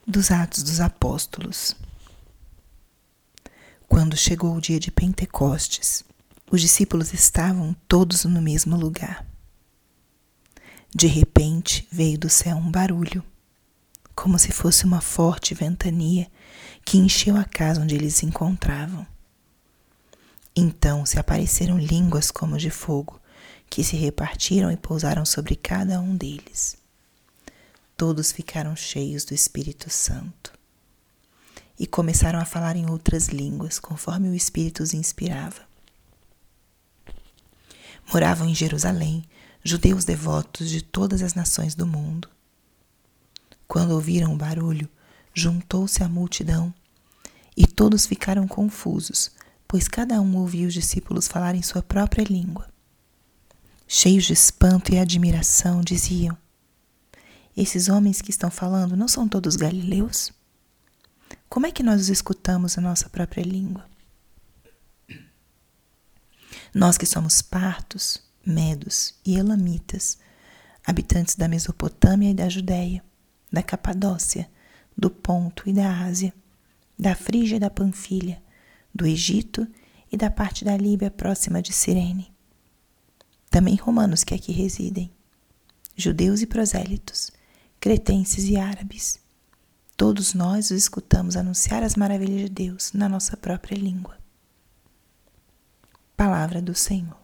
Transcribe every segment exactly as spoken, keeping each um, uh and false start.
Dos Atos dos Apóstolos. Quando chegou o dia de Pentecostes, os discípulos estavam todos no mesmo lugar. De repente veio do céu um barulho, como se fosse uma forte ventania que encheu a casa onde eles se encontravam. Então se apareceram línguas como de fogo, que se repartiram e pousaram sobre cada um deles. Todos ficaram cheios do Espírito Santo e começaram a falar em outras línguas, conforme o Espírito os inspirava. Moravam em Jerusalém judeus devotos de todas as nações do mundo. Quando ouviram o barulho, juntou-se a multidão e todos ficaram confusos, pois cada um ouvia os discípulos falar em sua própria língua. Cheios de espanto e admiração, diziam: esses homens que estão falando não são todos galileus? Como é que nós os escutamos na nossa própria língua? Nós que somos partos, medos e elamitas, habitantes da Mesopotâmia e da Judéia, da Capadócia, do Ponto e da Ásia, da Frígia e da Panfilha, do Egito e da parte da Líbia próxima de Cirene. Também romanos que aqui residem, judeus e prosélitos, cretenses e árabes. Todos nós os escutamos anunciar as maravilhas de Deus na nossa própria língua. Palavra do Senhor.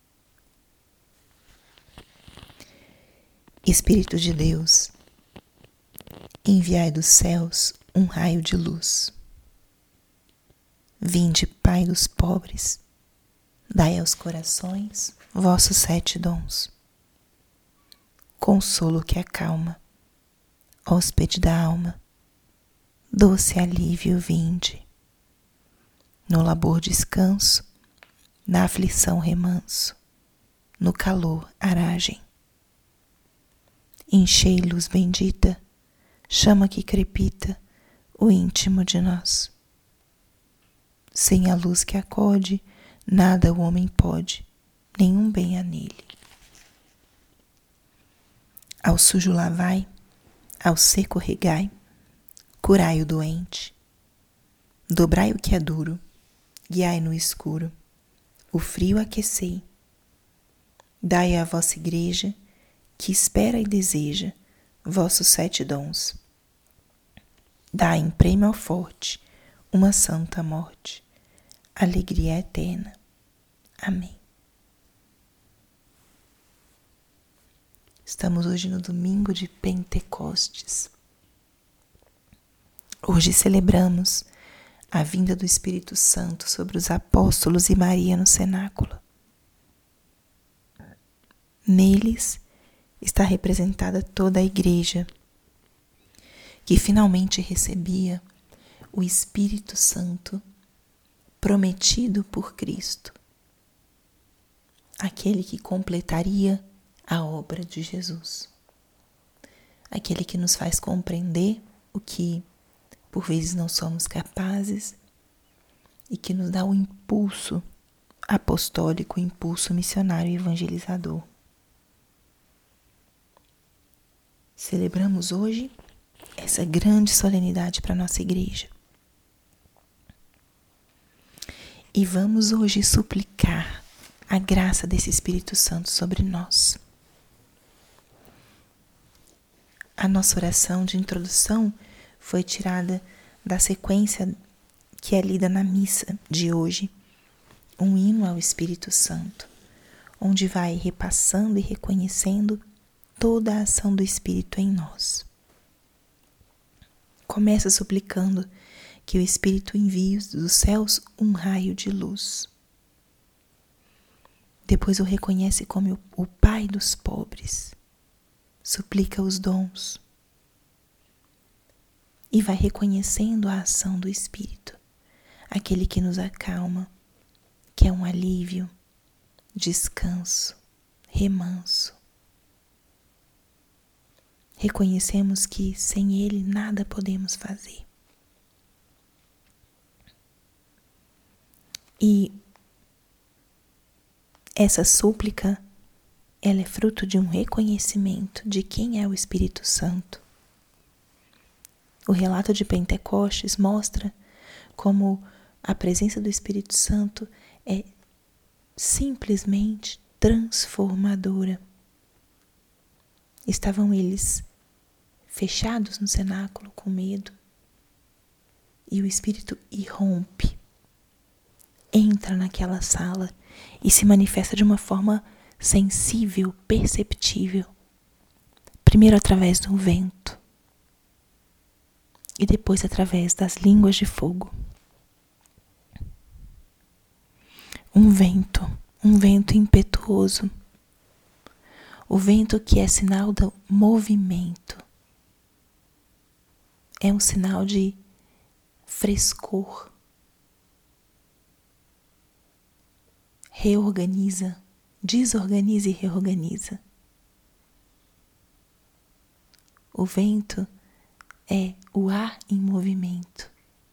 Espírito de Deus, enviai dos céus um raio de luz. Vinde, Pai dos pobres, dai aos corações vossos sete dons. Consolo que acalma, hóspede da alma, doce alívio vinde. No labor descanso, na aflição remanso, no calor aragem. Enchei luz bendita, chama que crepita o íntimo de nós. Sem a luz que acode, nada o homem pode, nenhum bem há nele. Ao sujo lavai, ao seco regai, curai o doente. Dobrai o que é duro, guiai no escuro, o frio aquecei. Dai à vossa igreja, que espera e deseja, vossos sete dons. Dai em prêmio ao forte uma santa morte, alegria eterna. Amém. Estamos hoje no domingo de Pentecostes. Hoje celebramos a vinda do Espírito Santo sobre os apóstolos e Maria no cenáculo. Neles está representada toda a igreja, que finalmente recebia o Espírito Santo prometido por Cristo, aquele que completaria a obra de Jesus, aquele que nos faz compreender o que por vezes não somos capazes e que nos dá o impulso apostólico, o impulso missionário e evangelizador. Celebramos hoje essa grande solenidade para a nossa igreja. E vamos hoje suplicar a graça desse Espírito Santo sobre nós. A nossa oração de introdução foi tirada da sequência que é lida na missa de hoje, um hino ao Espírito Santo, onde vai repassando e reconhecendo toda a ação do Espírito em nós. Começa suplicando que o Espírito envie dos céus um raio de luz. Depois o reconhece como o Pai dos pobres. Suplica os dons. E vai reconhecendo a ação do Espírito, aquele que nos acalma, que é um alívio, descanso, remanso. Reconhecemos que sem Ele nada podemos fazer. E essa súplica, ela é fruto de um reconhecimento de quem é o Espírito Santo. O relato de Pentecostes mostra como a presença do Espírito Santo é simplesmente transformadora. Estavam eles fechados no cenáculo com medo, e o Espírito irrompe, entra naquela sala e se manifesta de uma forma sensível, perceptível. Primeiro através do vento e depois através das línguas de fogo. Um vento, um vento impetuoso. O vento que é sinal do movimento. É um sinal de frescor. Reorganiza, desorganiza e reorganiza. O vento é o ar em movimento.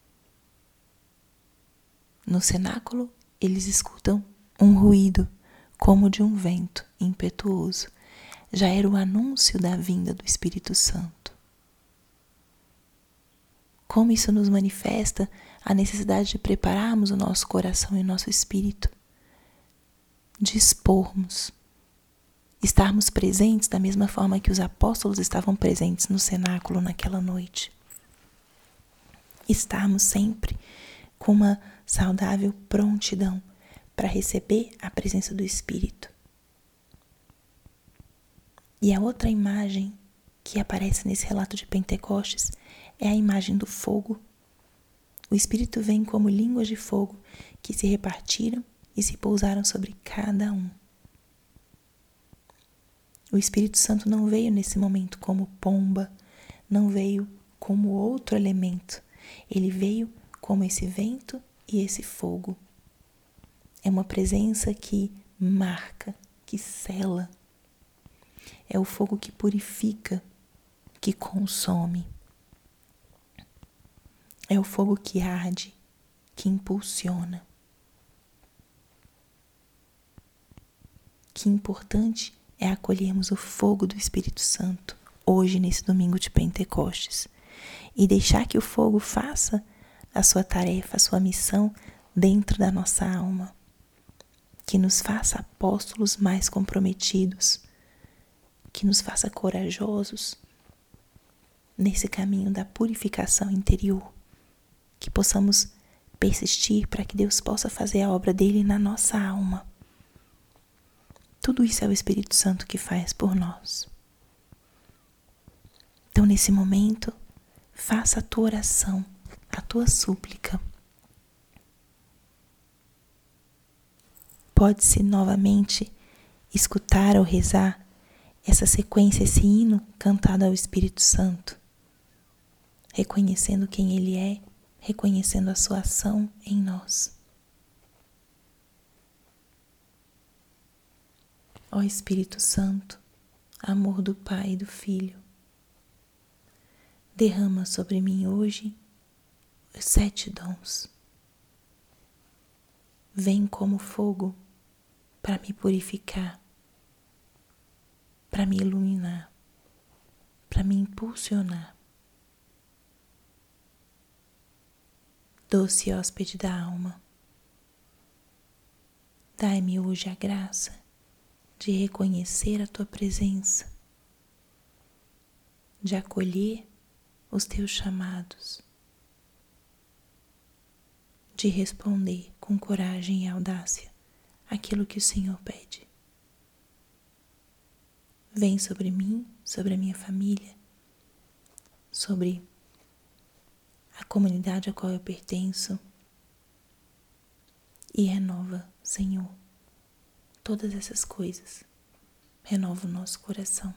No cenáculo, eles escutam um ruído, como de um vento impetuoso. Já era o anúncio da vinda do Espírito Santo. Como isso nos manifesta a necessidade de prepararmos o nosso coração e o nosso espírito, dispormos, estarmos presentes da mesma forma que os apóstolos estavam presentes no cenáculo naquela noite. Estarmos sempre com uma saudável prontidão para receber a presença do Espírito. E a outra imagem que aparece nesse relato de Pentecostes é a imagem do fogo. O Espírito vem como línguas de fogo que se repartiram e se pousaram sobre cada um. O Espírito Santo não veio nesse momento como pomba, não veio como outro elemento. Ele veio como esse vento e esse fogo. É uma presença que marca, que sela. É o fogo que purifica, que consome. É o fogo que arde, que impulsiona. Que importante é acolhermos o fogo do Espírito Santo hoje, nesse domingo de Pentecostes, e deixar que o fogo faça a sua tarefa, a sua missão dentro da nossa alma. Que nos faça apóstolos mais comprometidos, que nos faça corajosos nesse caminho da purificação interior, que possamos persistir para que Deus possa fazer a obra dele na nossa alma. Tudo isso é o Espírito Santo que faz por nós. Então, nesse momento, faça a tua oração, a tua súplica. Pode-se novamente escutar ou rezar essa sequência, esse hino cantado ao Espírito Santo, reconhecendo quem Ele é, reconhecendo a sua ação em nós. Ó Espírito Santo, amor do Pai e do Filho, derrama sobre mim hoje os sete dons. Vem como fogo para me purificar, para me iluminar, para me impulsionar. Doce hóspede da alma, dai-me hoje a graça de reconhecer a tua presença, de acolher os teus chamados, de responder com coragem e audácia aquilo que o Senhor pede. Vem sobre mim, sobre a minha família, sobre a comunidade a qual eu pertenço e renova, Senhor, todas essas coisas. Renova o nosso coração.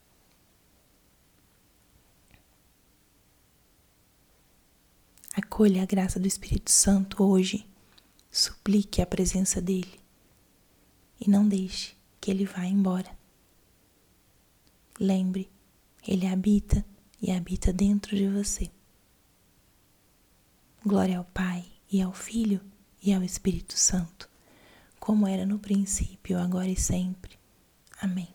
Acolha a graça do Espírito Santo hoje. Suplique a presença dele. E não deixe que ele vá embora. Lembre, ele habita e habita dentro de você. Glória ao Pai e ao Filho e ao Espírito Santo, como era no princípio, agora e sempre. Amém.